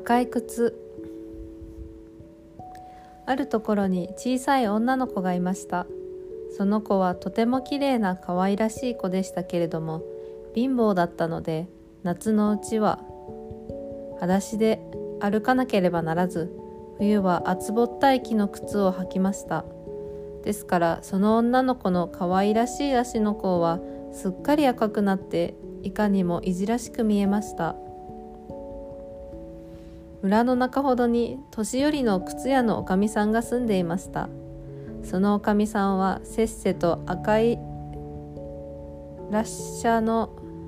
赤い靴。あるところに小さい女の子がいました。その子はとてもきれいな可愛らしい子でしたけれども、貧乏だったので夏のうちは裸足で歩かなければならず、冬は厚ぼったい木の靴を履きました。ですからその女の子の可愛らしい足の甲はすっかり赤くなって、いかにもいじらしく見えました。村の中ほどに年寄りの靴屋のおかみさんが住んでいました。そのおかみさんはせっせと赤いラシャの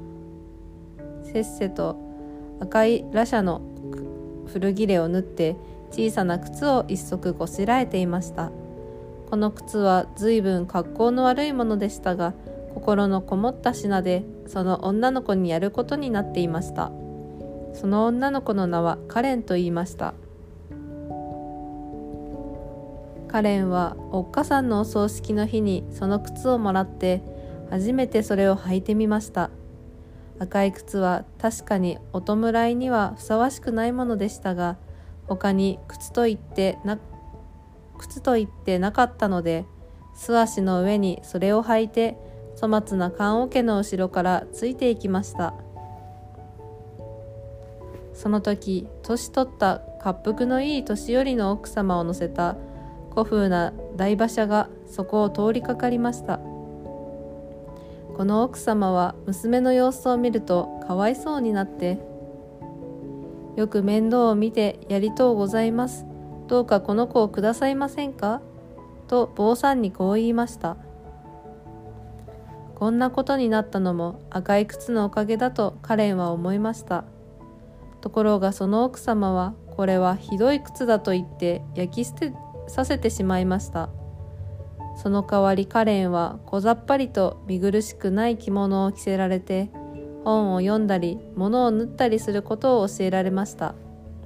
古切れを縫って小さな靴を一足こしらえていました。この靴はずいぶん格好の悪いものでしたが、心のこもった品で、その女の子にやることになっていました。その女の子の名はカレンと言いました。カレンはおっかさんのお葬式の日にその靴をもらって、初めてそれを履いてみました。赤い靴は確かにお弔いにはふさわしくないものでしたが、他に靴と言ってなかったので、素足の上にそれを履いて粗末な棺桶の後ろからついていきました。その時、年取った恰幅のいい年寄りの奥様を乗せた古風な大馬車がそこを通りかかりました。この奥様は娘の様子を見るとかわいそうになって、よく面倒を見てやりとうございます。どうかこの子をくださいませんかと坊さんにこう言いました。こんなことになったのも赤い靴のおかげだとカレンは思いました。ところがその奥様はこれはひどい靴だと言って焼き捨てさせてしまいました。その代わりカレンは小ざっぱりと見苦しくない着物を着せられて、本を読んだり物を縫ったりすることを教えられました。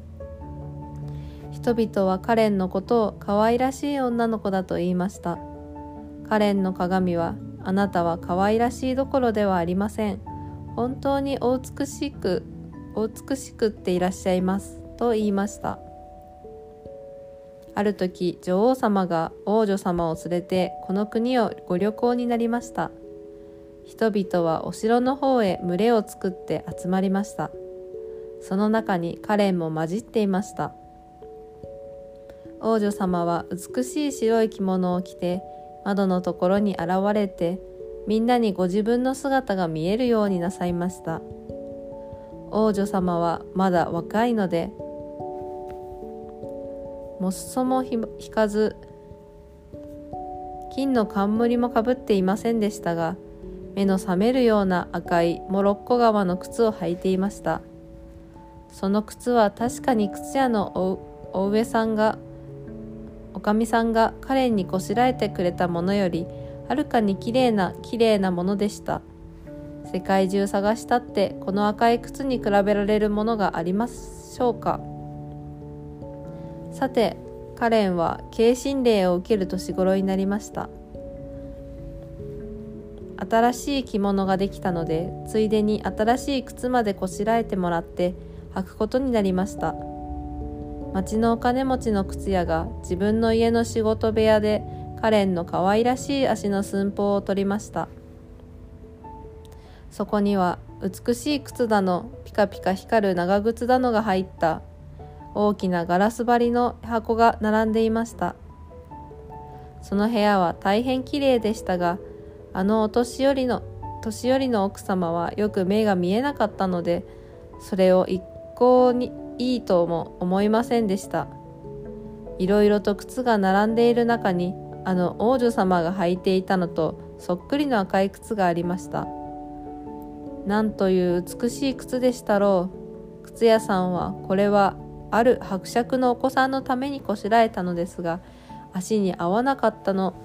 人々はカレンのことを可愛らしい女の子だと言いました。カレンの鏡は、あなたは可愛らしいどころではありません。本当にお美しくっていらっしゃいますと言いました。ある時、女王様が王女様を連れてこの国をご旅行になりました。人々はお城の方へ群れを作って集まりました。その中にカレンも混じっていました。王女様は美しい白い着物を着て窓のところに現れて、みんなにご自分の姿が見えるようになさいました。王女様はまだ若いので、もっそも引かず、金の冠もかぶっていませんでしたが、目の覚めるような赤いモロッコ革の靴を履いていました。その靴は確かに靴屋のおかみさんがカレンにこしらえてくれたものよりはるかにきれいなものでした。世界中探したってこの赤い靴に比べられるものがありましょうか。さて、カレンは継親令を受ける年頃になりました。新しい着物ができたので、ついでに新しい靴までこしらえてもらって履くことになりました。町のお金持ちの靴屋が自分の家の仕事部屋でカレンの可愛らしい足の寸法を取りました。そこには美しい靴だの、ピカピカ光る長靴だのが入った大きなガラス張りの箱が並んでいました。その部屋は大変きれいでしたが、あのお年寄りの奥様はよく目が見えなかったので、それを一向にいいとも思いませんでした。いろいろと靴が並んでいる中に、あの王女様が履いていたのとそっくりの赤い靴がありました。なんという美しい靴でしたろう。靴屋さんはこれはある伯爵のお子さんのためにこしらえたのですが、足に合わなかったの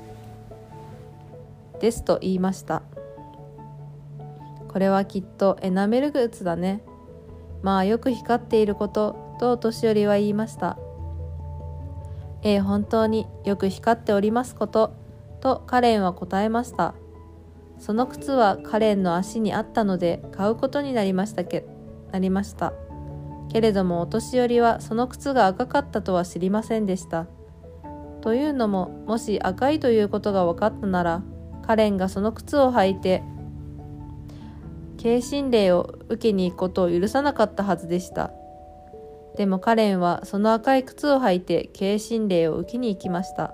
ですと言いました。これはきっとエナメル靴だね。まあよく光っていることとお年寄りは言いました。本当によく光っておりますこととカレンは答えました。その靴はカレンの足にあったので買うことになりました。 けれどもお年寄りはその靴が赤かったとは知りませんでした。というのも、もし赤いということが分かったなら、カレンがその靴を履いて継親令を受けに行くことを許さなかったはずでした。でもカレンはその赤い靴を履いて継親令を受けに行きました。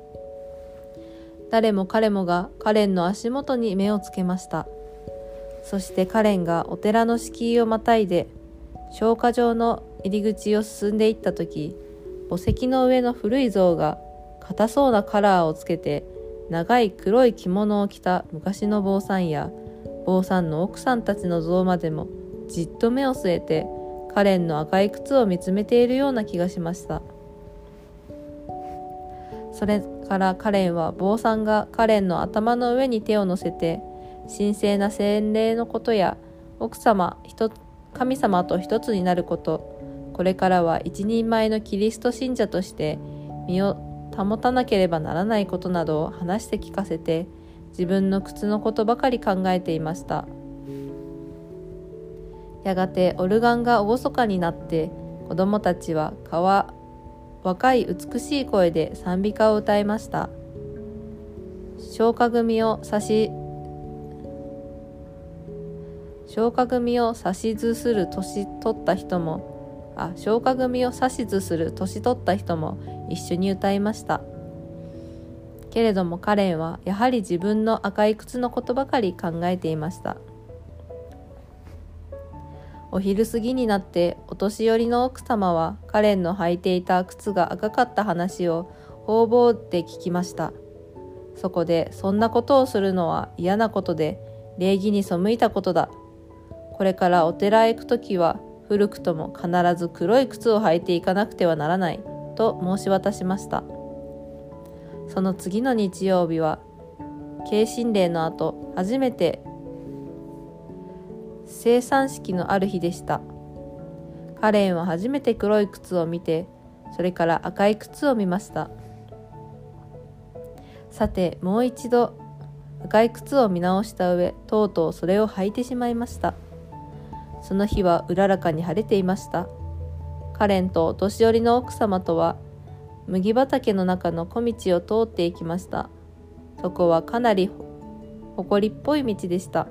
誰も彼もがカレンの足元に目をつけました。そしてカレンがお寺の敷居をまたいで消化場の入り口を進んでいったとき、墓石の上の古い像が硬そうなカラーをつけて長い黒い着物を着た昔の坊さんや坊さんの奥さんたちの像までもじっと目を据えてカレンの赤い靴を見つめているような気がしました。それからカレンは坊さんがカレンの頭の上に手を乗せて神聖な洗礼のことや神様と一つになること、これからは一人前のキリスト信者として身を保たなければならないことなどを話して聞かせて、自分の靴のことばかり考えていました。やがてオルガンが厳かになって、子供たちは若い美しい声で賛美歌を歌いました。消化組を指図する年取った人も一緒に歌いました。けれどもカレンはやはり自分の赤い靴のことばかり考えていました。お昼過ぎになってお年寄りの奥様はカレンの履いていた靴が赤かった話を方々で聞きました。そこで、そんなことをするのは嫌なことで礼儀に背いたことだ。これからお寺へ行くときは古くとも必ず黒い靴を履いていかなくてはならないと申し渡しました。その次の日曜日は継親令の後初めて生産式のある日でした。カレンは初めて黒い靴を見て、それから赤い靴を見ました。さて、もう一度赤い靴を見直した上、とうとうそれを履いてしまいました。その日はうららかに晴れていました。カレンとお年寄りの奥様とは麦畑の中の小道を通っていきました。そこはかなり埃っぽい道でした。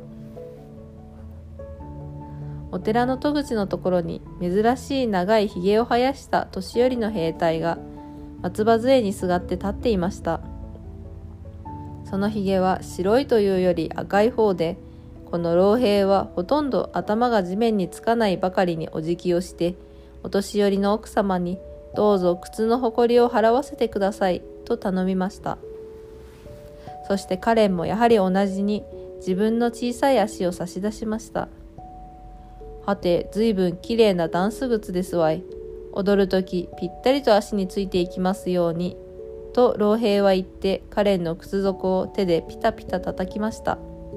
お寺の戸口のところに珍しい長いひげを生やした年寄りの兵隊が松葉杖にすがって立っていました。そのひげは白いというより赤い方で、この老兵はほとんど頭が地面につかないばかりにお辞儀をして、お年寄りの奥様にどうぞ靴のほこりを払わせてくださいと頼みました。そしてカレンもやはり同じに自分の小さい足を差し出しました。はて、ずいぶんきれいなダンス靴ですわい。踊るときぴったりと足についていきますように。と老兵は言ってカレンの靴底を手でピタピタ叩きました。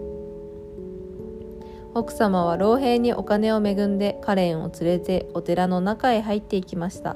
奥様は老兵にお金を恵んでカレンを連れてお寺の中へ入っていきました。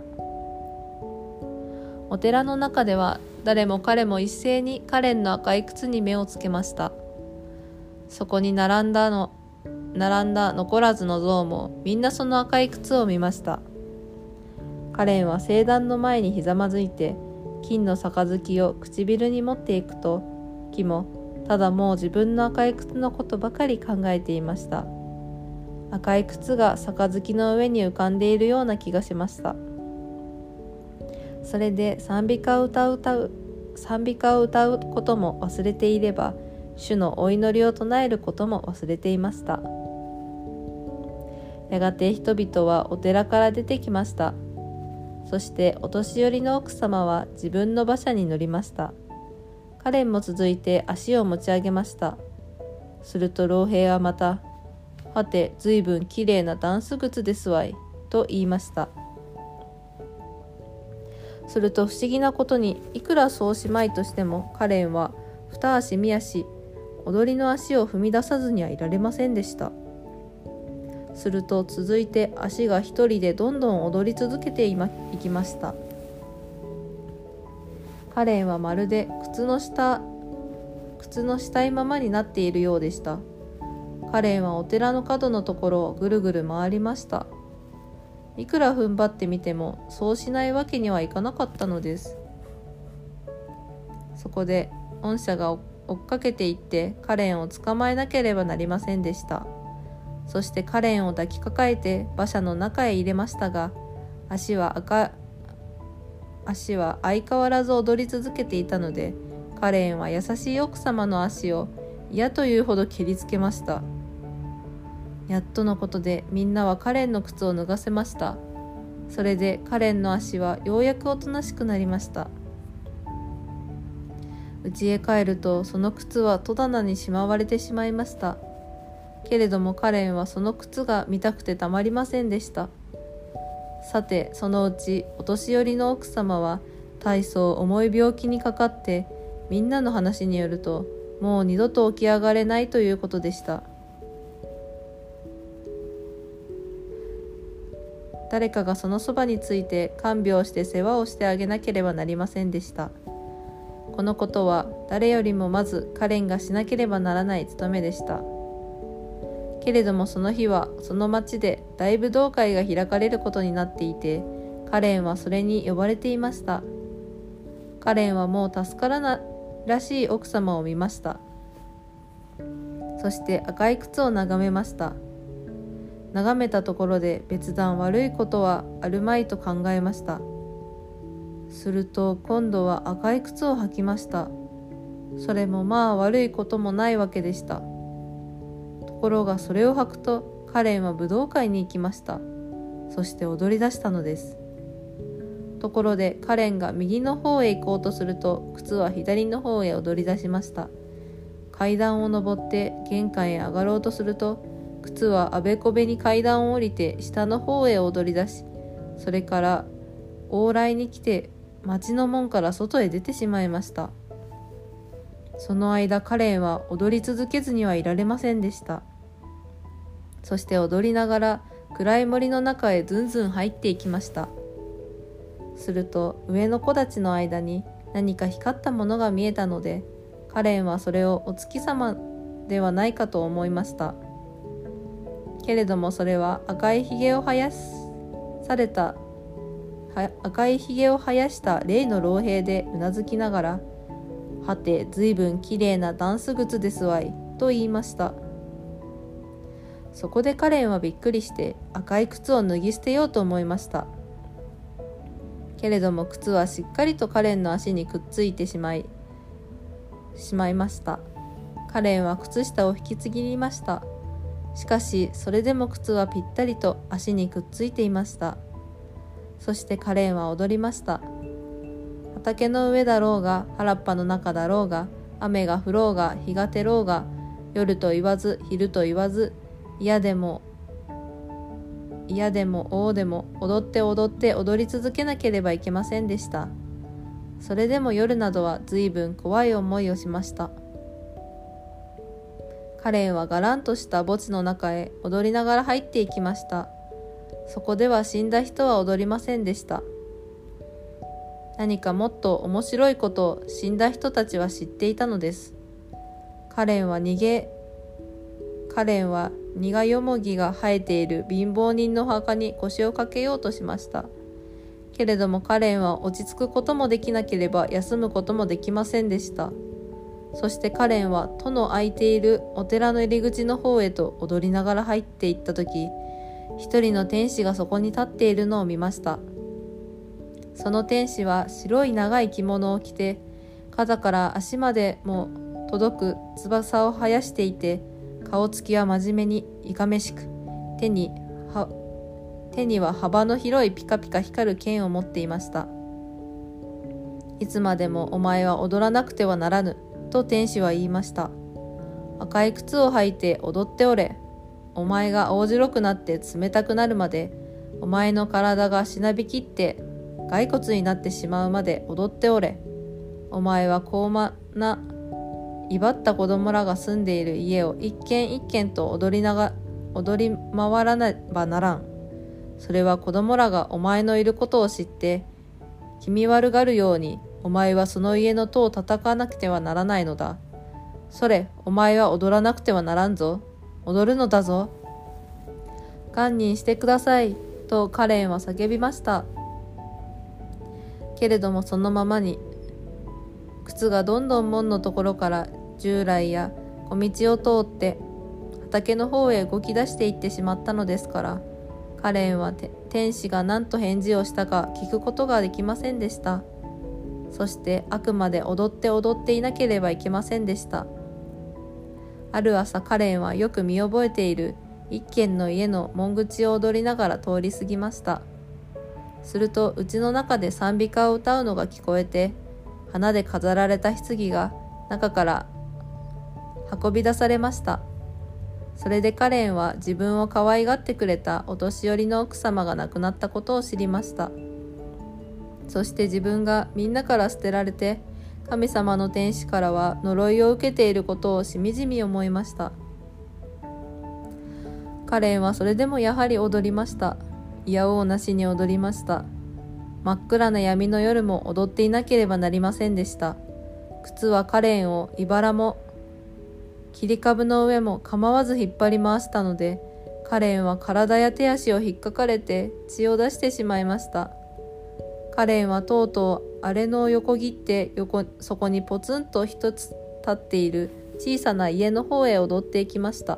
お寺の中では誰も彼も一斉にカレンの赤い靴に目をつけました。そこに並んだ残らずの像もみんなその赤い靴を見ました。カレンは聖壇の前にひざまずいて金の杯を唇に持っていくと、木もただもう自分の赤い靴のことばかり考えていました。赤い靴が杯の上に浮かんでいるような気がしました。それで賛美歌を歌うことも忘れていれば、主のお祈りを唱えることも忘れていました。やがて人々はお寺から出てきました。そしてお年寄りの奥様は自分の馬車に乗りました。カレンも続いて足を持ち上げました。すると老兵はまた、はて、ずいぶんきれいなダンス靴ですわい、と言いました。すると不思議なことに、いくらそうしまいとしてもカレンは二足三足、踊りの足を踏み出さずにはいられませんでした。すると続いて足が一人でどんどん踊り続けていきました。カレンはまるで靴のしたいままになっているようでした。カレンはお寺の角のところをぐるぐる回りました。 いくら踏ん張ってみてもそうしないわけにはいかなかったのです。そこで恩赦が追っかけていってカレンを捕まえなければなりませんでした。そしてカレンを抱きかかえて馬車の中へ入れましたが、足は相変わらず踊り続けていたので、カレンは優しい奥様の足を嫌というほど蹴りつけました。やっとのことでみんなはカレンの靴を脱がせました。それでカレンの足はようやくおとなしくなりました。家へ帰るとその靴は戸棚にしまわれてしまいました。けれどもカレンはその靴が見たくてたまりませんでした。さてそのうちお年寄りの奥様は大層重い病気にかかって、みんなの話によるともう二度と起き上がれないということでした。誰かがそのそばについて看病して世話をしてあげなければなりませんでした。このことは誰よりもまずカレンがしなければならない務めでした。けれどもその日はその町で大武道会が開かれることになっていて、カレンはそれに呼ばれていました。カレンはもう助からないらしい奥様を見ました。そして赤い靴を眺めました。眺めたところで別段悪いことはあるまいと考えました。すると今度は赤い靴を履きました。それもまあ悪いこともないわけでした。ところがそれを履くとカレンは武道会に行きました。そして踊り出したのです。ところでカレンが右の方へ行こうとすると、靴は左の方へ踊り出しました。階段を上って玄関へ上がろうとすると、靴はあべこべに階段を降りて下の方へ踊り出し、それから往来に来て町の門から外へ出てしまいました。その間カレンは踊り続けずにはいられませんでした。そして踊りながら暗い森の中へずんずん入っていきました。すると上の木立の間に何か光ったものが見えたので、カレンはそれをお月様ではないかと思いました。けれどもそれは赤いひげを生やした例の老兵でうなずきながら、はてずいぶんきれいなダンス靴ですわいと言いました。そこでカレンはびっくりして赤い靴を脱ぎ捨てようと思いました。けれども靴はしっかりとカレンの足にくっついてしまいました。カレンは靴下を引きちぎりました。しかしそれでも靴はぴったりと足にくっついていました。そしてカレンは踊りました。畑の上だろうが原っぱの中だろうが、雨が降ろうが日が照ろうが、夜と言わず昼と言わず、嫌でも王でも踊って踊り続けなければいけませんでした。それでも夜などはずいぶん怖い思いをしました。カレンはがらんとした墓地の中へ踊りながら入っていきました。そこでは死んだ人は踊りませんでした。何かもっと面白いことを死んだ人たちは知っていたのです。カレンは苦よもぎが生えている貧乏人のお墓に腰をかけようとしました。けれどもカレンは落ち着くこともできなければ休むこともできませんでした。そしてカレンは戸の開いているお寺の入り口の方へと踊りながら入っていったとき、一人の天使がそこに立っているのを見ました。その天使は白い長い着物を着て、肩から足までも届く翼を生やしていて、顔つきは真面目にいかめしく、手には幅の広いピカピカ光る剣を持っていました。いつまでもお前は踊らなくてはならぬ、と天使は言いました。赤い靴を履いて踊っておれ。お前が青白くなって冷たくなるまで、お前の体がしなびきって骸骨になってしまうまで踊っておれ。お前は高慢な威張った子供らが住んでいる家を一軒一軒と踊り回らねばならん。それは子供らがお前のいることを知って気味悪がるように、お前はその家の戸を叩かなくてはならないのだ。それ、お前は踊らなくてはならんぞ。踊るのだぞ。堪忍してください。 とカレンは叫びました。けれどもそのままに靴がどんどん門のところから従来や小道を通って畑の方へ動き出していってしまったのですから、カレンは天使が何と返事をしたか聞くことができませんでした。そしてあくまで踊っていなければいけませんでした。ある朝、カレンはよく見覚えている一軒の家の門口を踊りながら通り過ぎました。すると家の中で賛美歌を歌うのが聞こえて、花で飾られた棺が中から運び出されました。それでカレンは自分を可愛がってくれたお年寄りの奥様が亡くなったことを知りました。そして自分がみんなから捨てられて、神様の天使からは呪いを受けていることをしみじみ思いました。カレンはそれでもやはり踊りました。いやおうなしに踊りました。真っ暗な闇の夜も踊っていなければなりませんでした。靴はカレンを茨も切り株の上も構わず引っ張り回したので、カレンは体や手足を引っかかれて血を出してしまいました。カレンはとうとう荒れ野を横切ってそこにポツンと一つ立っている小さな家の方へ踊っていきました。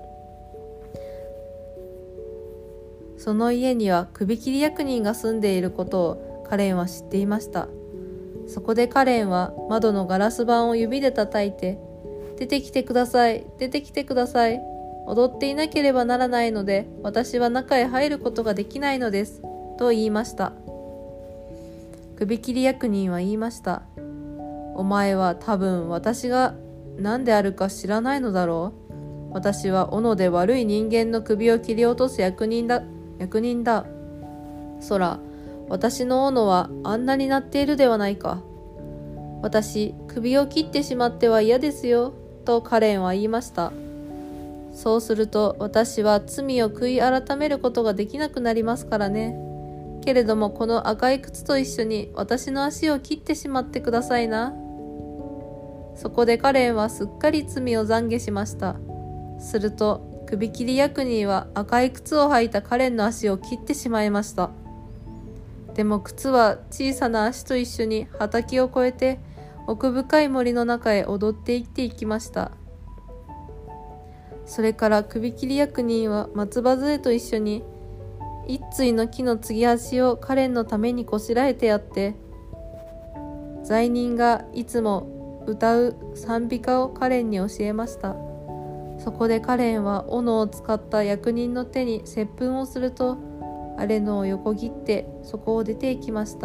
その家には首切り役人が住んでいることをカレンは知っていました。そこでカレンは窓のガラス板を指で叩いて、出てきてください、出てきてください。踊っていなければならないので、私は中へ入ることができないのです、と言いました。首切り役人は言いました。お前は多分私が何であるか知らないのだろう。私は斧で悪い人間の首を切り落とす役人だ。そら、私の斧はあんなになっているではないか。私、首を切ってしまっては嫌ですよ、とカレンは言いました。そうすると私は罪を悔い改めることができなくなりますからね。けれどもこの赤い靴と一緒に私の足を切ってしまってくださいな。そこでカレンはすっかり罪を懺悔しました。すると首切り役人は赤い靴を履いたカレンの足を切ってしまいました。でも靴は小さな足と一緒に畑を越えて奥深い森の中へ踊って行っていきました。それから首切り役人は松葉杖と一緒に一対の木の継ぎ足をカレンのためにこしらえてやって、罪人がいつも歌う賛美歌をカレンに教えました。そこでカレンは斧を使った役人の手に接吻をすると、荒れ野を横切ってそこを出て行きました。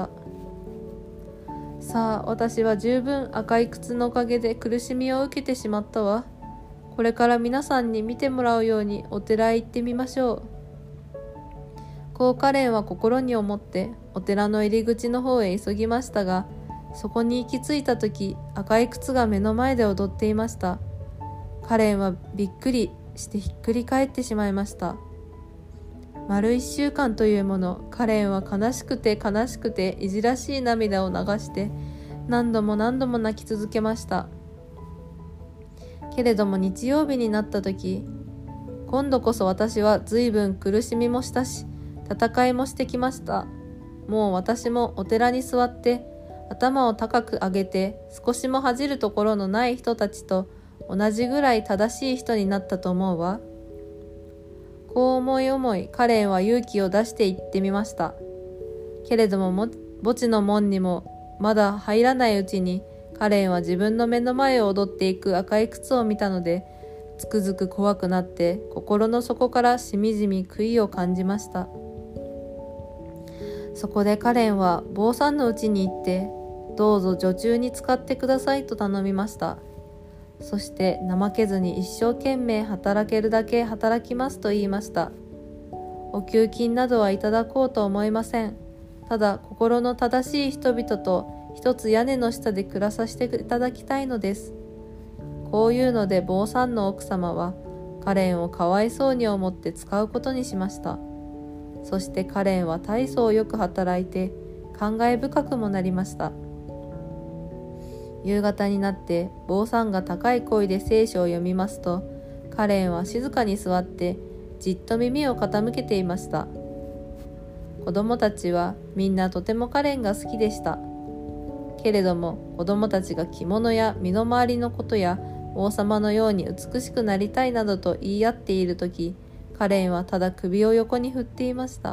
さあ、私は十分赤い靴のおかげで苦しみを受けてしまったわ。これから皆さんに見てもらうようにお寺へ行ってみましょう。こうカレンは心に思ってお寺の入り口の方へ急ぎましたが、そこに行き着いた時、赤い靴が目の前で踊っていました。カレンはびっくりしてひっくり返ってしまいました。丸1週間というもの、カレンは悲しくていじらしい涙を流して何度も泣き続けました。けれども日曜日になった時、今度こそ私は随分苦しみもしたし戦いもしてきました。もう私もお寺に座って頭を高く上げて少しも恥じるところのない人たちと同じぐらい正しい人になったと思うわ。こう思いカレンは勇気を出して行ってみました。けれども墓地の門にもまだ入らないうちにカレンは自分の目の前を踊っていく赤い靴を見たので、つくづく怖くなって心の底からしみじみ悔いを感じました。そこでカレンは坊さんの家に行って、どうぞ女中に使ってくださいと頼みました。そして怠けずに一生懸命働けるだけ働きますと言いました。お給金などはいただこうと思いません。ただ心の正しい人々と一つ屋根の下で暮らさせていただきたいのです。こういうので坊さんの奥様はカレンをかわいそうに思って使うことにしました。そしてカレンは大層よく働いて感慨深くもなりました。夕方になって坊さんが高い声で聖書を読みますと、カレンは静かに座ってじっと耳を傾けていました。 子供たちはみんなとてもカレンが好きでした。けれども子供たちが着物や身の回りのことや王様のように美しくなりたいなどと言い合っているとき、カレンはただ首を横に振っていました。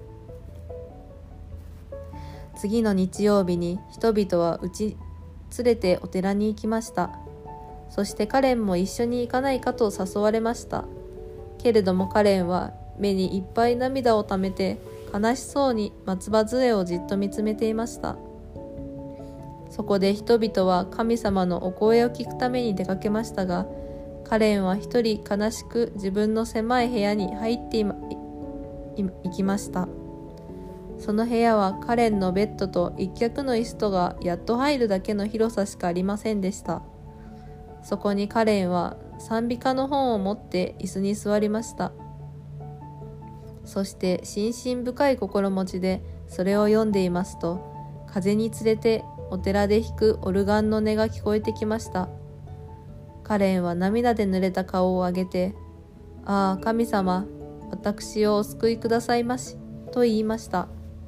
次の日曜日に人々は連れてお寺に行きました。そしてカレンも一緒に行かないかと誘われました。けれどもカレンは目にいっぱい涙をためて悲しそうに松葉杖をじっと見つめていました。そこで人々は神様のお声を聞くために出かけましたが、カレンは一人悲しく自分の狭い部屋に入って行きました。その部屋はカレンのベッドと一脚の椅子とがやっと入るだけの広さしかありませんでした。そこにカレンは賛美歌の本を持って椅子に座りました。そして心身深い心持ちでそれを読んでいますと、風につれてお寺で弾くオルガンの音が聞こえてきました。カレンは涙で濡れた顔を上げて、ああ神様、私をお救いくださいまし、と言いました。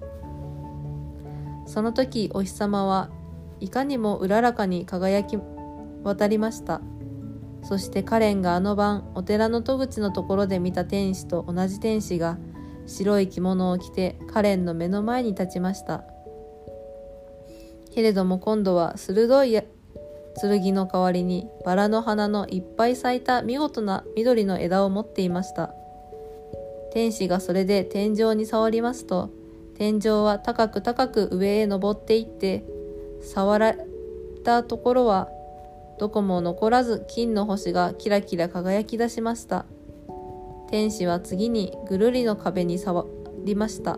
その時お日様はいかにもうららかに輝き渡りました。そしてカレンがあの晩お寺の戸口のところで見た天使と同じ天使が白い着物を着てカレンの目の前に立ちました。けれども今度は鋭い剣の代わりにバラの花のいっぱい咲いた見事な緑の枝を持っていました。天使がそれで天井に触りますと、天井は高く高く上へ登っていって、触られたところはどこも残らず金の星がキラキラ輝き出しました。天使は次にぐるりの壁に触りました。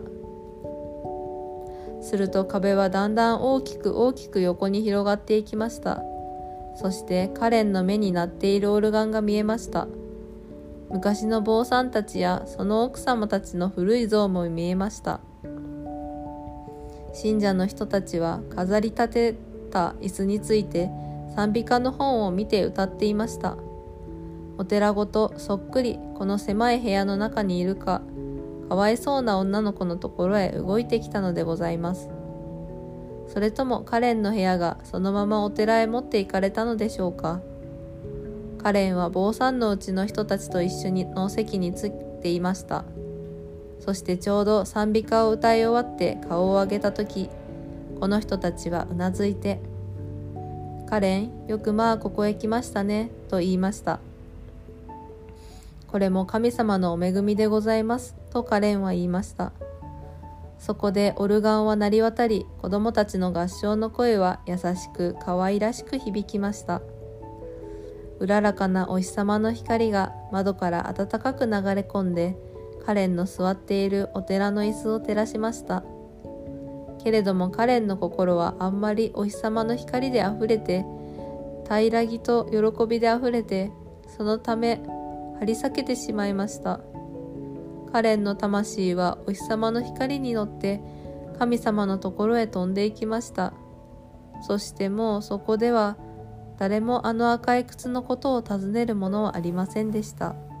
すると壁はだんだん大きく大きく横に広がっていきました。そしてカレンの目に鳴っているオルガンが見えました。昔の坊さんたちやその奥様たちの古い像も見えました。信者の人たちは飾り立てた椅子について賛美歌の本を見て歌っていました。お寺ごとそっくりこの狭い部屋の中にいるかわいそうな女の子のところへ動いてきたのでございます。それともカレンの部屋がそのままお寺へ持って行かれたのでしょうか。カレンは坊さんのうちの人たちと一緒の席についていました。そしてちょうど賛美歌を歌い終わって顔を上げたとき、この人たちはうなずいて、カレン、よくまあここへ来ましたね、と言いました。これも神様のお恵みでございます、とカレンは言いました。そこでオルガンは鳴り渡り、子供たちの合唱の声は優しく可愛らしく響きました。うららかなお日様の光が窓から暖かく流れ込んで、カレンの座っているお寺の椅子を照らしました。けれどもカレンの心はあんまりお日様の光であふれて、平らぎと喜びであふれて、そのため張り裂けてしまいました。カレンの魂はお日様の光に乗って神様のところへ飛んでいきました。そしてもうそこでは誰もあの赤い靴のことを尋ねるものはありませんでした。